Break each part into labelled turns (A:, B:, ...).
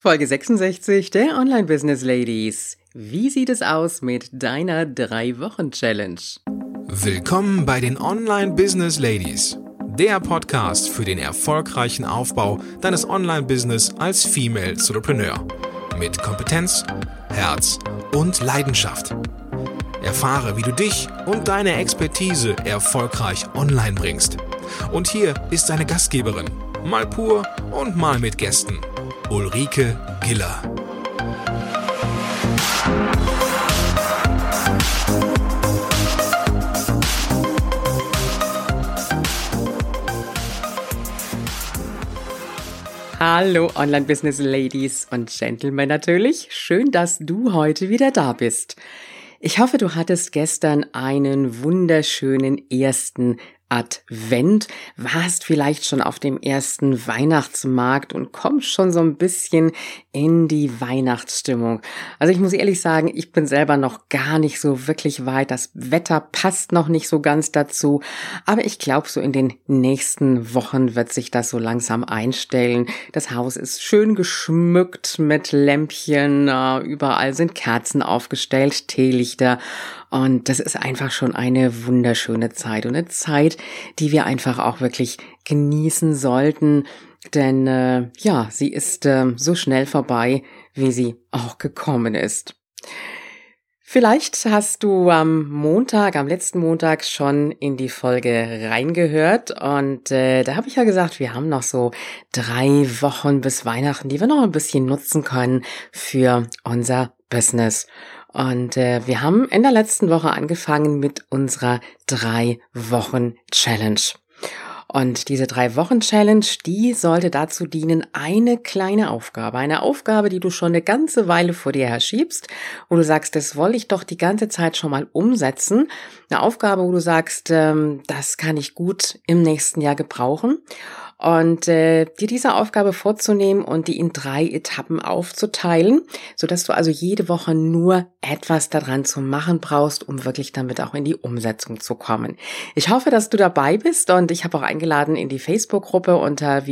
A: Folge 66 der Online Business Ladies. Wie sieht es aus mit deiner 3-Wochen-Challenge?
B: Willkommen bei den Online Business Ladies, der Podcast für den erfolgreichen Aufbau deines Online-Business als Female Entrepreneur. Mit Kompetenz, Herz und Leidenschaft. Erfahre, wie du dich und deine Expertise erfolgreich online bringst. Und hier ist deine Gastgeberin, mal pur und mal mit Gästen, Ulrike Giller.
A: Hallo Online Business Ladies und Gentlemen natürlich. Schön, dass du heute wieder da bist. Ich hoffe, du hattest gestern einen wunderschönen ersten Advent, warst vielleicht schon auf dem ersten Weihnachtsmarkt und kommst schon so ein bisschen in die Weihnachtsstimmung. Also ich muss ehrlich sagen, ich bin selber noch gar nicht so wirklich weit. Das Wetter passt noch nicht so ganz dazu, aber ich glaube, so in den nächsten Wochen wird sich das so langsam einstellen. Das Haus ist schön geschmückt mit Lämpchen, überall sind Kerzen aufgestellt, Teelichter. Und das ist einfach schon eine wunderschöne Zeit und eine Zeit, die wir einfach auch wirklich genießen sollten, denn sie ist so schnell vorbei, wie sie auch gekommen ist. Vielleicht hast du am letzten Montag schon in die Folge reingehört und da habe ich ja gesagt, wir haben noch so 3 Wochen bis Weihnachten, die wir noch ein bisschen nutzen können für unser Business. Und wir haben in der letzten Woche angefangen mit unserer 3-Wochen-Challenge. Und diese 3-Wochen-Challenge, die sollte dazu dienen, eine kleine Aufgabe, die du schon eine ganze Weile vor dir herschiebst, wo du sagst, das wollte ich doch die ganze Zeit schon mal umsetzen. Eine Aufgabe, wo du sagst, das kann ich gut im nächsten Jahr gebrauchen. Und dir diese Aufgabe vorzunehmen und die in 3 Etappen aufzuteilen, sodass du also jede Woche nur etwas daran zu machen brauchst, um wirklich damit auch in die Umsetzung zu kommen. Ich hoffe, dass du dabei bist und ich habe auch eingeladen in die Facebook-Gruppe unter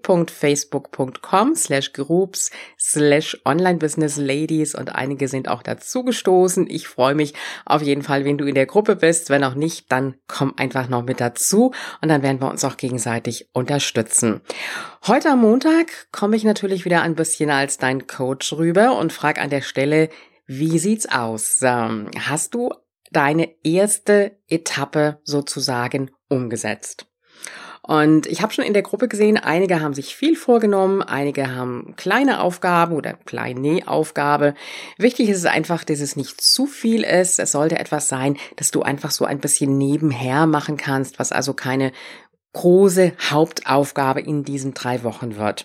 A: www.facebook.com/groups/onlinebusinessladies und einige sind auch dazu gestoßen. Ich freue mich auf jeden Fall, wenn du in der Gruppe bist. Wenn auch nicht, dann komm einfach noch mit dazu und dann werden wir uns auch gegenseitig unterstützen. Heute am Montag komme ich natürlich wieder ein bisschen als dein Coach rüber und frage an der Stelle, wie sieht's aus? Hast du deine erste Etappe sozusagen umgesetzt? Und ich habe schon in der Gruppe gesehen, einige haben sich viel vorgenommen, einige haben kleine Aufgaben oder kleine Aufgabe. Wichtig ist es einfach, dass es nicht zu viel ist. Es sollte etwas sein, das du einfach so ein bisschen nebenher machen kannst, was also keine große Hauptaufgabe in diesen 3 Wochen wird.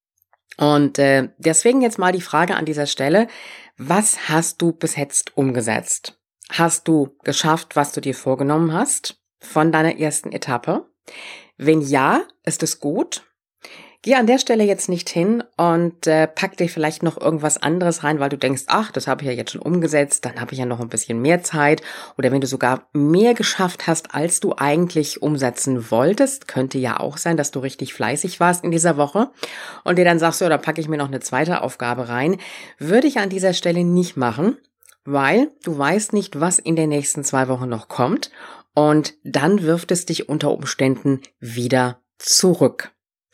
A: Und deswegen jetzt mal die Frage an dieser Stelle, was hast du bis jetzt umgesetzt? Hast du geschafft, was du dir vorgenommen hast von deiner ersten Etappe? Wenn ja, ist es gut. Geh an der Stelle jetzt nicht hin und pack dir vielleicht noch irgendwas anderes rein, weil du denkst, ach, das habe ich ja jetzt schon umgesetzt, dann habe ich ja noch ein bisschen mehr Zeit. Oder wenn du sogar mehr geschafft hast, als du eigentlich umsetzen wolltest, könnte ja auch sein, dass du richtig fleißig warst in dieser Woche und dir dann sagst, ja, da packe ich mir noch eine zweite Aufgabe rein, würde ich an dieser Stelle nicht machen, weil du weißt nicht, was in den nächsten 2 Wochen noch kommt und dann wirft es dich unter Umständen wieder zurück.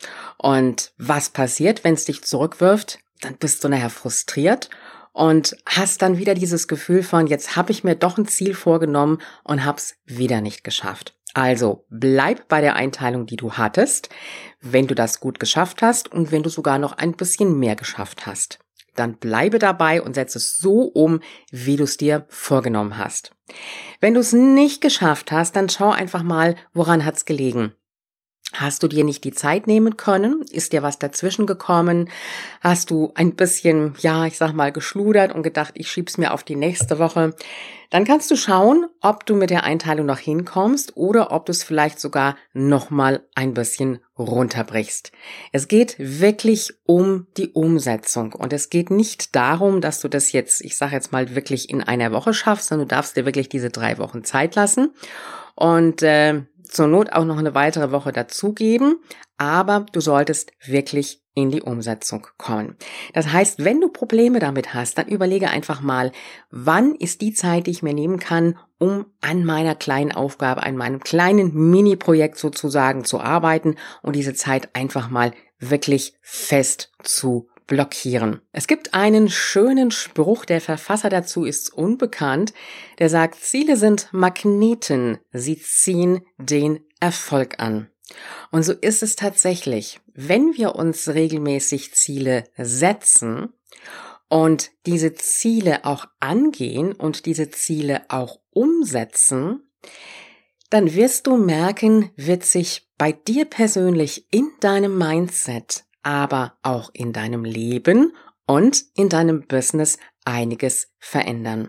A: Und was passiert, wenn es dich zurückwirft? Dann bist du nachher frustriert und hast dann wieder dieses Gefühl von, jetzt habe ich mir doch ein Ziel vorgenommen und hab's wieder nicht geschafft. Also bleib bei der Einteilung, die du hattest, wenn du das gut geschafft hast und wenn du sogar noch ein bisschen mehr geschafft hast. Dann bleibe dabei und setze es so um, wie du es dir vorgenommen hast. Wenn du es nicht geschafft hast, dann schau einfach mal, woran hat's gelegen. Hast du dir nicht die Zeit nehmen können? Ist dir was dazwischen gekommen? Hast du ein bisschen, geschludert und gedacht, ich schieb's mir auf die nächste Woche? Dann kannst du schauen, ob du mit der Einteilung noch hinkommst oder ob du es vielleicht sogar nochmal ein bisschen runterbrichst. Es geht wirklich um die Umsetzung und es geht nicht darum, dass du das jetzt, wirklich in einer Woche schaffst, sondern du darfst dir wirklich diese 3 Wochen Zeit lassen. Und zur Not auch noch eine weitere Woche dazugeben, aber du solltest wirklich in die Umsetzung kommen. Das heißt, wenn du Probleme damit hast, dann überlege einfach mal, wann ist die Zeit, die ich mir nehmen kann, um an meiner kleinen Aufgabe, an meinem kleinen Mini-Projekt sozusagen zu arbeiten und diese Zeit einfach mal wirklich fest zu blockieren. Es gibt einen schönen Spruch, der Verfasser dazu ist unbekannt, der sagt, Ziele sind Magneten, sie ziehen den Erfolg an. Und so ist es tatsächlich, wenn wir uns regelmäßig Ziele setzen und diese Ziele auch angehen und diese Ziele auch umsetzen, dann wirst du merken, wird sich bei dir persönlich in deinem Mindset, aber auch in deinem Leben und in deinem Business einiges verändern.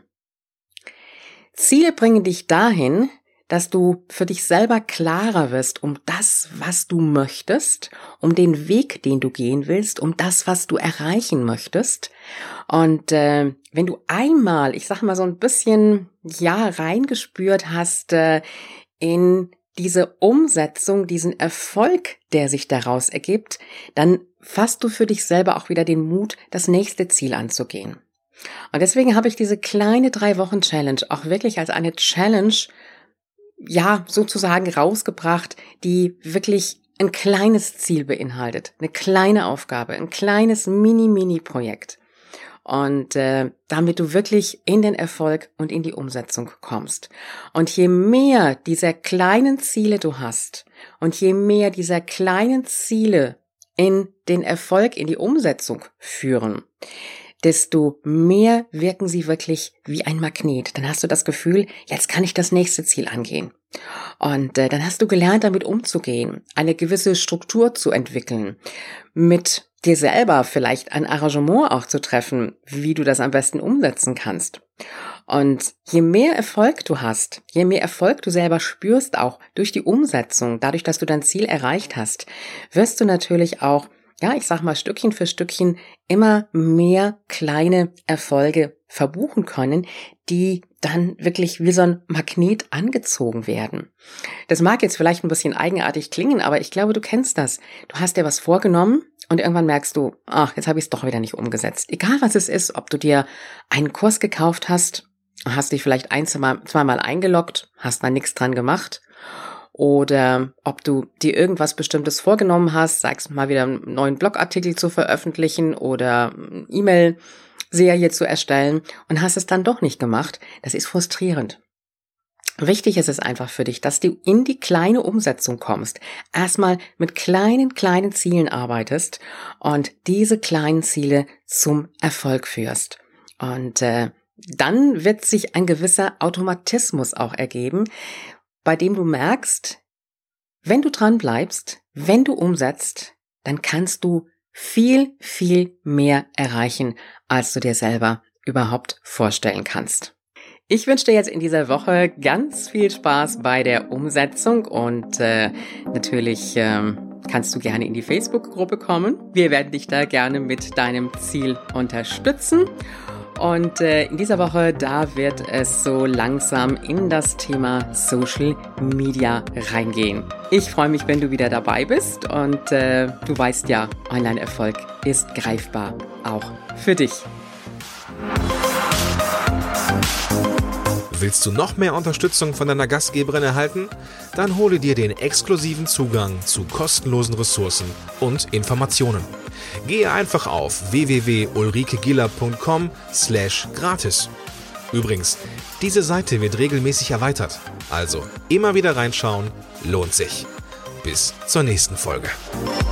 A: Ziele bringen dich dahin, dass du für dich selber klarer wirst um das, was du möchtest, um den Weg, den du gehen willst, um das, was du erreichen möchtest. Und wenn du einmal, ich sag mal so ein bisschen, reingespürt hast in diese Umsetzung, diesen Erfolg, der sich daraus ergibt, dann fasst du für dich selber auch wieder den Mut, das nächste Ziel anzugehen. Und deswegen habe ich diese kleine 3-Wochen-Challenge auch wirklich als eine Challenge sozusagen rausgebracht, die wirklich ein kleines Ziel beinhaltet, eine kleine Aufgabe, ein kleines Mini-Projekt. Und damit du wirklich in den Erfolg und in die Umsetzung kommst. Und je mehr dieser kleinen Ziele du hast und je mehr dieser kleinen Ziele in den Erfolg, in die Umsetzung führen, desto mehr wirken sie wirklich wie ein Magnet. Dann hast du das Gefühl, jetzt kann ich das nächste Ziel angehen. Und dann hast du gelernt, damit umzugehen, eine gewisse Struktur zu entwickeln, mit dir selber vielleicht ein Arrangement auch zu treffen, wie du das am besten umsetzen kannst. Und je mehr Erfolg du hast, je mehr Erfolg du selber spürst, auch durch die Umsetzung, dadurch, dass du dein Ziel erreicht hast, wirst du natürlich auch Stückchen für Stückchen immer mehr kleine Erfolge verbuchen können, die dann wirklich wie so ein Magnet angezogen werden. Das mag jetzt vielleicht ein bisschen eigenartig klingen, aber ich glaube, du kennst das. Du hast dir was vorgenommen und irgendwann merkst du, jetzt habe ich es doch wieder nicht umgesetzt. Egal was es ist, ob du dir einen Kurs gekauft hast dich vielleicht zweimal eingeloggt, hast dann nichts dran gemacht. Oder ob du dir irgendwas Bestimmtes vorgenommen hast, sagst mal wieder einen neuen Blogartikel zu veröffentlichen oder E-Mail-Serie zu erstellen und hast es dann doch nicht gemacht. Das ist frustrierend. Wichtig ist es einfach für dich, dass du in die kleine Umsetzung kommst. Erstmal mit kleinen Zielen arbeitest und diese kleinen Ziele zum Erfolg führst. Und dann wird sich ein gewisser Automatismus auch ergeben, bei dem du merkst, wenn du dran bleibst, wenn du umsetzt, dann kannst du viel mehr erreichen, als du dir selber überhaupt vorstellen kannst. Ich wünsche dir jetzt in dieser Woche ganz viel Spaß bei der Umsetzung und natürlich kannst du gerne in die Facebook-Gruppe kommen. Wir werden dich da gerne mit deinem Ziel unterstützen. Und in dieser Woche, da wird es so langsam in das Thema Social Media reingehen. Ich freue mich, wenn du wieder dabei bist und du weißt ja, Online-Erfolg ist greifbar, auch für dich.
B: Willst du noch mehr Unterstützung von deiner Gastgeberin erhalten? Dann hole dir den exklusiven Zugang zu kostenlosen Ressourcen und Informationen. Gehe einfach auf www.ulrikegiller.com/gratis. Übrigens, diese Seite wird regelmäßig erweitert, also immer wieder reinschauen, lohnt sich. Bis zur nächsten Folge.